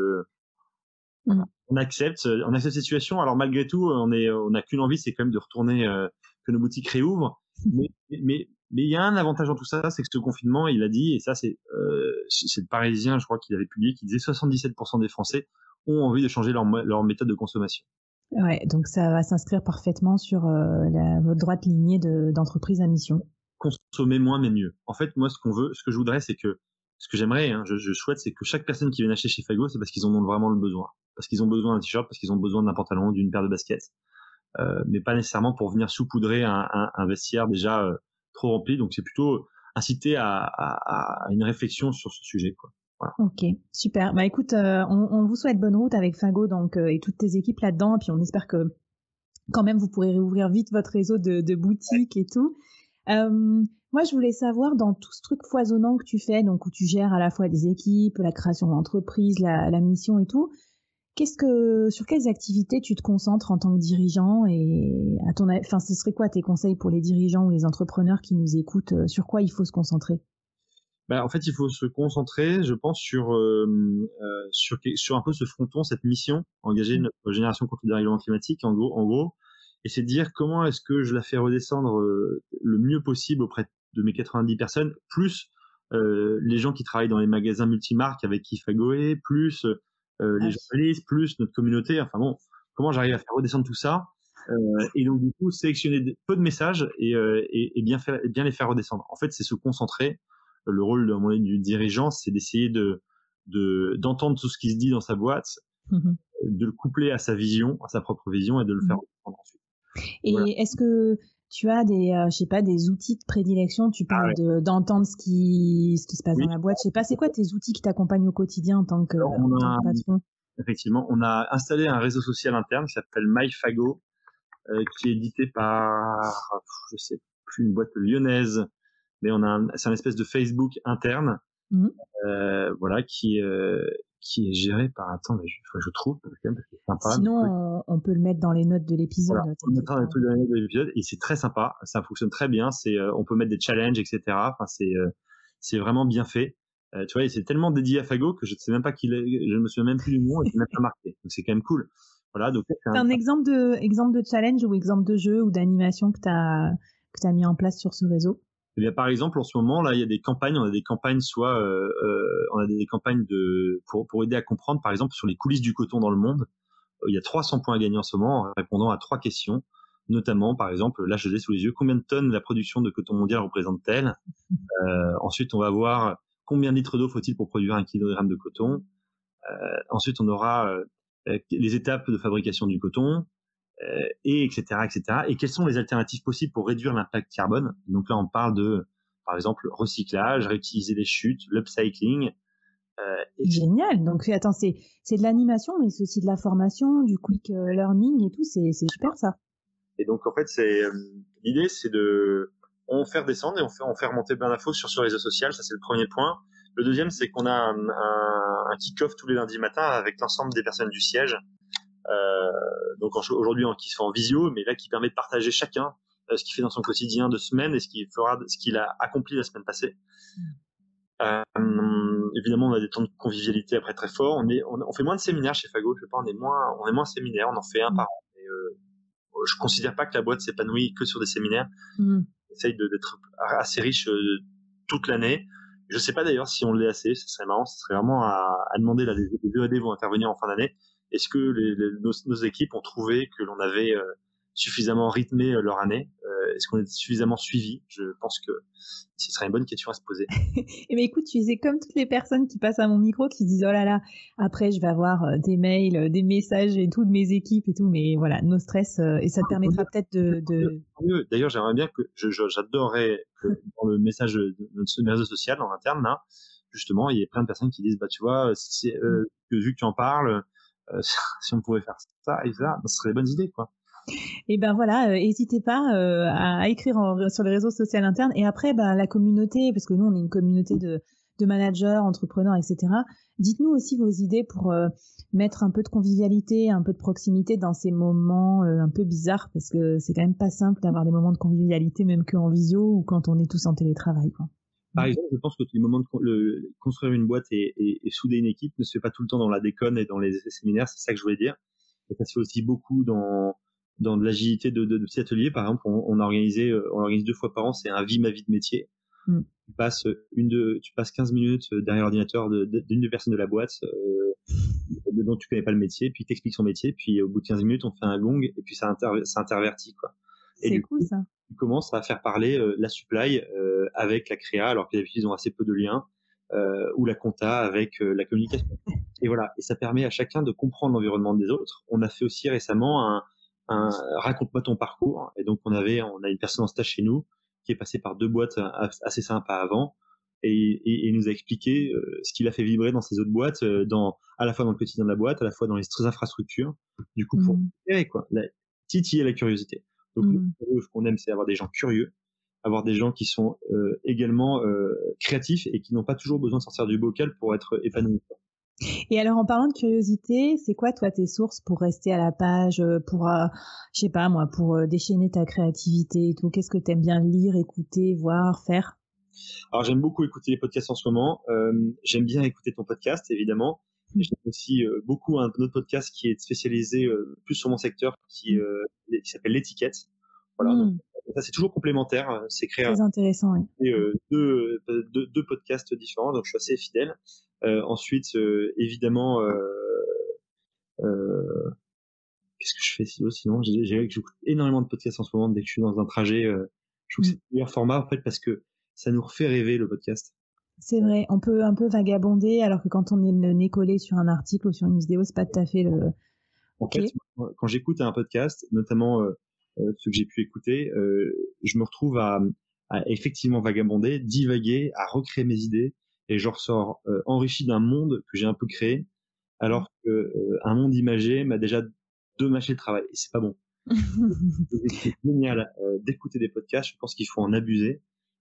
on accepte cette situation. Alors malgré tout, on n'a qu'une envie, c'est quand même de retourner, que nos boutiques réouvrent. Mais il y a un avantage dans tout ça, c'est que ce confinement, il a dit, et ça c'est le Parisien, je crois qu'il avait publié, qui disait 77% des Français ont envie de changer leur méthode de consommation. Ouais, donc ça va s'inscrire parfaitement sur votre droite lignée d'entreprise à mission. Consommer moins mais mieux. En fait, moi, ce que je voudrais, c'est que, ce que j'aimerais, hein, je souhaite, c'est que chaque personne qui vient acheter chez Fago, c'est parce qu'ils en ont vraiment le besoin. Parce qu'ils ont besoin d'un t-shirt, parce qu'ils ont besoin d'un pantalon, d'une paire de baskets. Mais pas nécessairement pour venir saupoudrer un vestiaire déjà trop rempli. Donc c'est plutôt inciter à une réflexion sur ce sujet, quoi. Voilà. Ok, super. Bah écoute, on vous souhaite bonne route avec Fago donc et toutes tes équipes là-dedans. Et puis on espère que quand même vous pourrez réouvrir vite votre réseau de boutiques et tout. Moi, je voulais savoir dans tout ce truc foisonnant que tu fais, donc où tu gères à la fois des équipes, la création d'entreprise, la mission et tout. Sur quelles activités tu te concentres en tant que dirigeant et ce serait quoi tes conseils pour les dirigeants ou les entrepreneurs qui nous écoutent? Sur quoi il faut se concentrer? En fait, il faut se concentrer, je pense, sur un peu ce fronton, cette mission, engager notre génération contre le dérèglement climatique, en gros, et c'est de dire comment est-ce que je la fais redescendre le mieux possible auprès de mes 90 personnes, plus les gens qui travaillent dans les magasins multimarques avec qui Fago est, plus les journalistes, plus notre communauté. Enfin bon, comment j'arrive à faire redescendre tout ça et donc du coup sélectionner peu de messages et bien les faire redescendre. En fait, c'est se concentrer. Le rôle du dirigeant, c'est d'essayer d'entendre tout ce qui se dit dans sa boîte, de le coupler à sa vision, à sa propre vision, et de le faire reprendre ensuite. Et voilà. Est-ce que tu as des outils de prédilection? Tu parles d'entendre ce qui se passe dans la boîte. Je sais pas, c'est quoi tes outils qui t'accompagnent au quotidien en tant que patron? Effectivement, on a installé un réseau social interne qui s'appelle MyFago, qui est édité par, je sais plus, une boîte lyonnaise, mais c'est un espèce de Facebook interne, voilà, qui est géré par, attends, mais je trouve, parce que c'est sympa. Sinon, on peut le mettre dans les notes de l'épisode. Voilà, on mettra les trucs dans les notes de l'épisode, et c'est très sympa, ça fonctionne très bien, on peut mettre des challenges, etc. Enfin, c'est vraiment bien fait. Tu vois, c'est tellement dédié à Fago que je ne sais même pas je me souviens même plus du nom et c'est même pas marqué. Donc c'est quand même cool. Voilà, donc c'est un exemple de challenge ou exemple de jeu ou d'animation que t'as mis en place sur ce réseau? Eh bien, par exemple, en ce moment, là, il y a des campagnes. On a des campagnes, on a des campagnes pour aider à comprendre, par exemple, sur les coulisses du coton dans le monde. Il y a 300 points à gagner en ce moment en répondant à 3 questions. Notamment, par exemple, là, je l'ai sous les yeux. Combien de tonnes la production de coton mondial représente-t-elle? Ensuite, on va voir combien de litres d'eau faut-il pour produire 1 kilogramme de coton. Ensuite, on aura les étapes de fabrication du coton, et etc., etc. Et quelles sont les alternatives possibles pour réduire l'impact carbone? Donc là, on parle de, par exemple, recyclage, réutiliser les chutes, l'upcycling. Génial. Donc attends, c'est de l'animation, mais c'est aussi de la formation, du quick learning et tout. C'est super ça. Et donc en fait, l'idée, c'est on fait redescendre et on fait remonter plein d'infos sur ce réseau social. Ça, c'est le premier point. Le deuxième, c'est qu'on a un kick-off tous les lundis matins avec l'ensemble des personnes du siège. Donc aujourd'hui, qui se fait en visio, mais là qui permet de partager chacun ce qu'il fait dans son quotidien de semaine et ce qu'il a accompli la semaine passée. Évidemment, on a des temps de convivialité après très forts. On fait moins de séminaires chez Fago. Je sais pas, on est moins séminaires. On en fait un par an. Et, je considère pas que la boîte s'épanouit que sur des séminaires. On essaye d'être assez riche toute l'année. Je sais pas d'ailleurs si on l'est assez. Ce serait marrant. Ce serait vraiment à demander. Là, les EAD vont intervenir en fin d'année. Est-ce que nos équipes ont trouvé que l'on avait suffisamment rythmé leur année? Est-ce qu'on est suffisamment suivi? Je pense que ce serait une bonne question à se poser. Et mais écoute, tu disais comme toutes les personnes qui passent à mon micro, qui disent oh là là, après je vais avoir des mails, des messages et tout de mes équipes et tout, mais voilà, no stress et ça te permettra peut-être de... D'ailleurs, j'aimerais bien que j'adorerais que dans le message de notre réseau social en interne là, justement, il y a plein de personnes qui disent bah tu vois, vu que tu en parles, si on pouvait faire ça et ça, ce serait des bonnes idées quoi. Et ben voilà, n'hésitez pas à écrire sur les réseaux sociaux internes. Et après, la communauté, parce que nous, on est une communauté de managers, entrepreneurs, etc. Dites-nous aussi vos idées pour mettre un peu de convivialité, un peu de proximité dans ces moments un peu bizarres, parce que c'est quand même pas simple d'avoir des moments de convivialité, même qu'en visio ou quand on est tous en télétravail, quoi. Par exemple, je pense que les moments de construire une boîte et souder une équipe ne se fait pas tout le temps dans la déconne et dans les séminaires, c'est ça que je voulais dire. Et ça se fait aussi beaucoup dans de l'agilité de petits ateliers. Par exemple, on organise 2 fois par an, c'est un vie ma vie de métier. Tu passes 15 minutes derrière l'ordinateur d'une des personnes de la boîte dont tu connais pas le métier, puis t'expliques son métier, puis au bout de 15 minutes, on fait un gong et puis ça intervertit, quoi. Et C'est du cool, coup, ça. tu commences à faire parler la supply avec la créa, alors que d'habitude ils ont assez peu de liens, ou la compta avec la communication. Et voilà, et ça permet à chacun de comprendre l'environnement des autres. On a fait aussi récemment un raconte-moi ton parcours, et donc on a une personne en stage chez nous qui est passé par 2 boîtes assez sympas avant, et il nous a expliqué ce qu'il a fait vibrer dans ces autres boîtes, à la fois dans le quotidien de la boîte, à la fois dans les infrastructures, du coup pour quoi, titiller la curiosité. Donc ce qu'on aime, c'est avoir des gens curieux, avoir des gens qui sont également créatifs et qui n'ont pas toujours besoin de sortir du bocal pour être épanouis. Et alors, en parlant de curiosité, c'est quoi, toi, tes sources pour rester à la page, pour, je sais pas moi, pour déchaîner ta créativité et tout? Qu'est-ce que t'aimes bien lire, écouter, voir, faire? Alors, j'aime beaucoup écouter les podcasts en ce moment. J'aime bien écouter ton podcast, évidemment. J'aime aussi beaucoup un autre podcast qui est spécialisé plus sur mon secteur, qui s'appelle L'étiquette. Voilà, donc, ça c'est toujours complémentaire. C'est créer Très intéressant, oui. deux podcasts différents, donc je suis assez fidèle. Ensuite, évidemment, qu'est-ce que je fais sinon j'écoute énormément de podcasts en ce moment dès que je suis dans un trajet. Je trouve que c'est le meilleur format en fait parce que ça nous refait rêver le podcast. C'est vrai, on peut un peu vagabonder alors que quand on est le nez collé sur un article ou sur une vidéo, c'est pas tout à fait le. En fait, quand j'écoute un podcast, notamment ceux que j'ai pu écouter, je me retrouve à effectivement vagabonder, divaguer, à recréer mes idées, et je ressors enrichi d'un monde que j'ai un peu créé, alors que un monde imagé m'a déjà dommaché le travail, et c'est pas bon. C'est génial d'écouter des podcasts, je pense qu'il faut en abuser.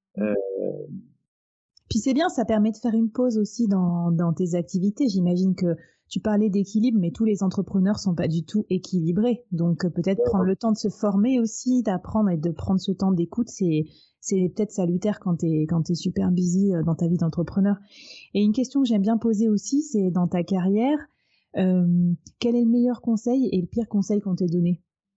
Puis c'est bien, ça permet de faire une pause aussi dans tes activités. J'imagine que tu parlais d'équilibre, mais tous les entrepreneurs sont pas du tout équilibrés. Donc peut-être prendre le temps de se former aussi, d'apprendre et de prendre ce temps d'écoute, c'est peut-être salutaire quand t'es super busy dans ta vie d'entrepreneur. Et une question que j'aime bien poser aussi, c'est dans ta carrière, quel est le meilleur conseil et le pire conseil qu'on t'ait donné?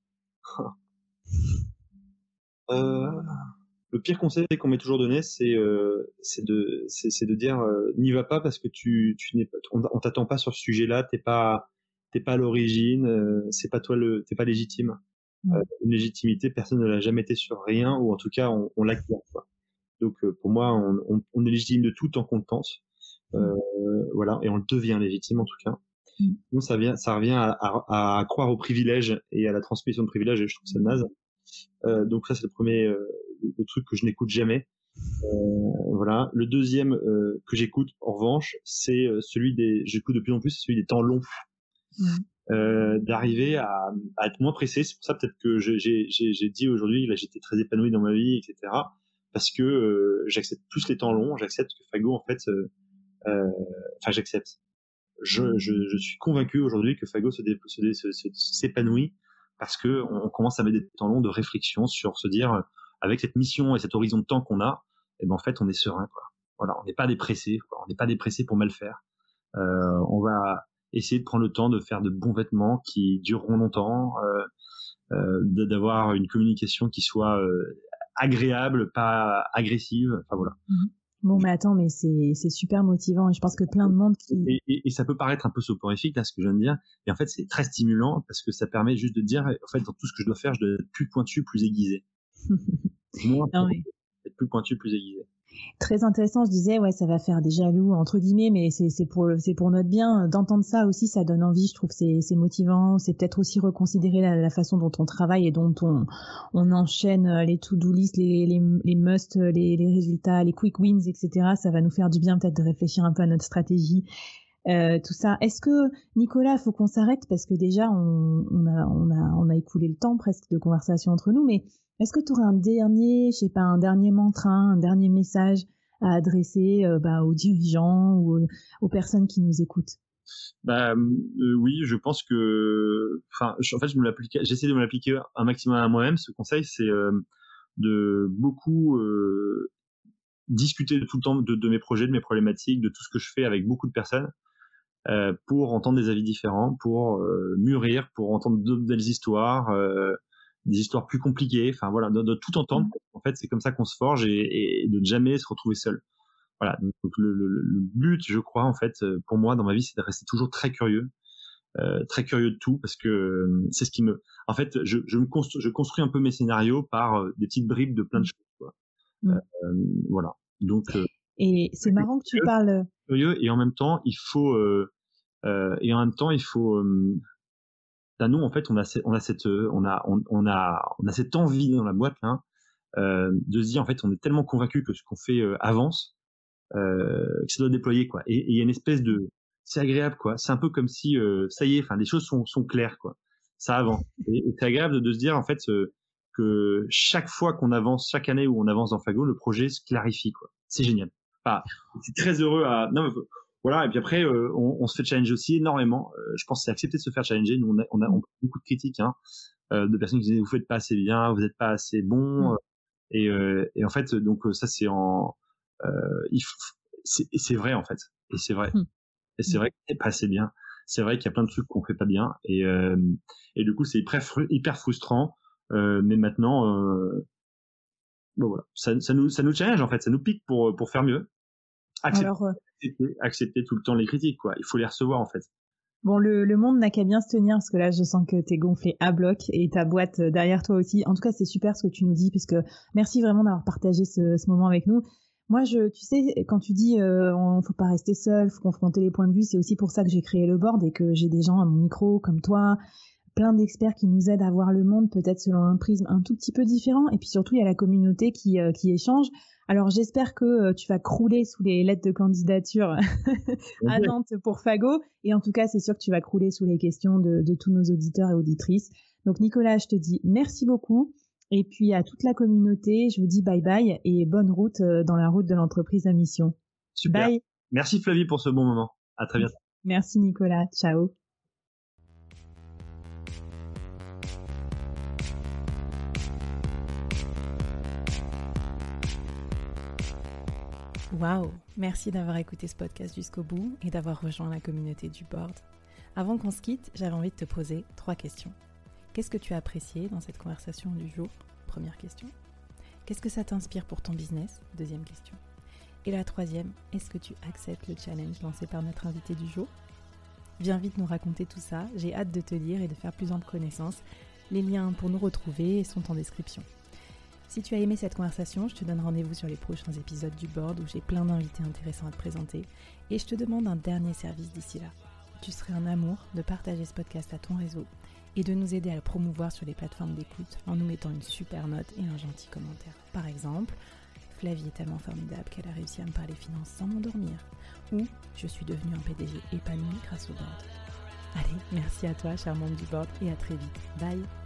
Le pire conseil qu'on m'ait toujours donné, c'est de dire n'y va pas parce que tu n'es pas, on t'attend pas sur ce sujet-là, t'es pas à l'origine, c'est pas toi t'es pas légitime. Une légitimité, personne ne l'a jamais été sur rien, ou en tout cas on l'acquiert, quoi. Donc pour moi, on est légitime de tout tant qu'on le pense, voilà, et on le devient légitime en tout cas. Nous, ça revient à croire au privilège et à la transmission de privilèges, et je trouve ça naze. Donc ça, c'est le premier le truc que je n'écoute jamais. Voilà. Le deuxième que j'écoute, en revanche, c'est j'écoute de plus en plus, c'est celui des temps longs. D'arriver à être moins pressé. C'est pour ça peut-être que j'ai dit aujourd'hui, là, j'étais très épanoui dans ma vie, etc. Parce que j'accepte plus les temps longs, j'accepte que Fago, en fait, j'accepte. Je suis convaincu aujourd'hui que Fago s'épanouit parce que on commence à mettre des temps longs de réflexion sur se dire, avec cette mission et cet horizon de temps qu'on a, et ben en fait on est serein, quoi. Voilà, on n'est pas dépressé, quoi. On n'est pas dépressé pour mal faire. On va essayer de prendre le temps de faire de bons vêtements qui dureront longtemps, d'avoir une communication qui soit agréable, pas agressive. Enfin voilà. Bon, mais attends, mais c'est super motivant, et je pense que plein de monde qui... Et ça peut paraître un peu soporifique, là, ce que je viens de dire, et en fait, c'est très stimulant, parce que ça permet juste de dire, en fait, dans tout ce que je dois faire, je dois être plus pointu, plus aiguisé. Moi, être plus pointu, plus aiguisé. Très intéressant, je disais, ouais, ça va faire des jaloux, entre guillemets, mais c'est pour notre bien. D'entendre ça aussi, ça donne envie, je trouve que c'est motivant. C'est peut-être aussi reconsidérer la façon dont on travaille et dont on enchaîne les to-do list, les must, les résultats, les quick wins, etc. Ça va nous faire du bien peut-être de réfléchir un peu à notre stratégie. tout ça. Est-ce que, Nicolas, faut qu'on s'arrête parce que déjà, on a écoulé le temps presque de conversation entre nous, mais est-ce que tu aurais un dernier mantra, un dernier message à adresser aux dirigeants ou aux personnes qui nous écoutent? Oui, je pense que, j'essaie de me l'appliquer un maximum à moi-même. Ce conseil, c'est de beaucoup discuter de tout le temps de mes projets, de mes problématiques, de tout ce que je fais avec beaucoup de personnes, pour entendre des avis différents, pour mûrir, pour entendre d'autres belles histoires, des histoires plus compliquées. Enfin voilà, de tout entendre. En fait, c'est comme ça qu'on se forge et de ne jamais se retrouver seul. Voilà. Donc le but, je crois, en fait, pour moi dans ma vie, c'est de rester toujours très curieux de tout, parce que c'est ce qui me. En fait, je construis un peu mes scénarios par des petites bribes de plein de choses, quoi. Voilà. Donc. Et c'est marrant que tu parles. Curieux, et en même temps, il faut. Nous, en fait, on a cette envie dans la boîte là, de se dire, en fait, on est tellement convaincu que ce qu'on fait avance, que ça doit déployer, quoi. Et il y a une espèce de, c'est agréable, quoi. C'est un peu comme si ça y est, enfin, les choses sont claires, quoi. Ça avance. Et c'est agréable de se dire, en fait, que chaque fois qu'on avance, chaque année où on avance dans Fago, le projet se clarifie, quoi. C'est génial. Enfin, c'est très heureux à. Non, mais voilà. Et puis après, on se fait challenger aussi énormément. Je pense que c'est accepté de se faire challenger. Nous, on a beaucoup de critiques, hein, de personnes qui disent vous faites pas assez bien, vous n'êtes pas assez bon. Et en fait, donc ça c'est en c'est vrai, en fait, et c'est vrai, et c'est vrai que c'est pas assez bien, c'est vrai qu'il y a plein de trucs qu'on fait pas bien, et du coup c'est hyper frustrant, mais maintenant voilà, ça nous challenge, en fait, ça nous pique pour faire mieux. Accepter tout le temps les critiques, quoi. Il faut les recevoir, en fait. Bon, le monde n'a qu'à bien se tenir, parce que là, je sens que t'es gonflé à bloc et ta boîte derrière toi aussi. En tout cas, c'est super ce que tu nous dis, puisque merci vraiment d'avoir partagé ce moment avec nous. Moi, tu sais, quand tu dis faut pas rester seul, faut confronter les points de vue, c'est aussi pour ça que j'ai créé le board et que j'ai des gens à mon micro comme toi, plein d'experts qui nous aident à voir le monde peut-être selon un prisme un tout petit peu différent. Et puis surtout, il y a la communauté qui échange. Alors j'espère que tu vas crouler sous les lettres de candidature à Nantes pour Fago. Et en tout cas, c'est sûr que tu vas crouler sous les questions de tous nos auditeurs et auditrices. Donc Nicolas, je te dis merci beaucoup. Et puis à toute la communauté, je vous dis bye bye et bonne route dans la route de l'entreprise à mission. Super. Bye. Merci Flavie pour ce bon moment. À très bientôt. Merci Nicolas. Ciao. Waouh, merci d'avoir écouté ce podcast jusqu'au bout et d'avoir rejoint la communauté du board. Avant qu'on se quitte, j'avais envie de te poser 3 questions. Qu'est-ce que tu as apprécié dans cette conversation du jour ? Première question. Qu'est-ce que ça t'inspire pour ton business ? Deuxième question. Et la troisième, est-ce que tu acceptes le challenge lancé par notre invité du jour ? Viens vite nous raconter tout ça, j'ai hâte de te lire et de faire plus ample connaissance. Les liens pour nous retrouver sont en description. Si tu as aimé cette conversation, je te donne rendez-vous sur les prochains épisodes du board où j'ai plein d'invités intéressants à te présenter. Et je te demande un dernier service d'ici là. Tu serais un amour de partager ce podcast à ton réseau et de nous aider à le promouvoir sur les plateformes d'écoute en nous mettant une super note et un gentil commentaire. Par exemple, Flavie est tellement formidable qu'elle a réussi à me parler finances sans m'endormir. Ou je suis devenue un PDG épanoui grâce au board. Allez, merci à toi, cher membre du board, et à très vite. Bye!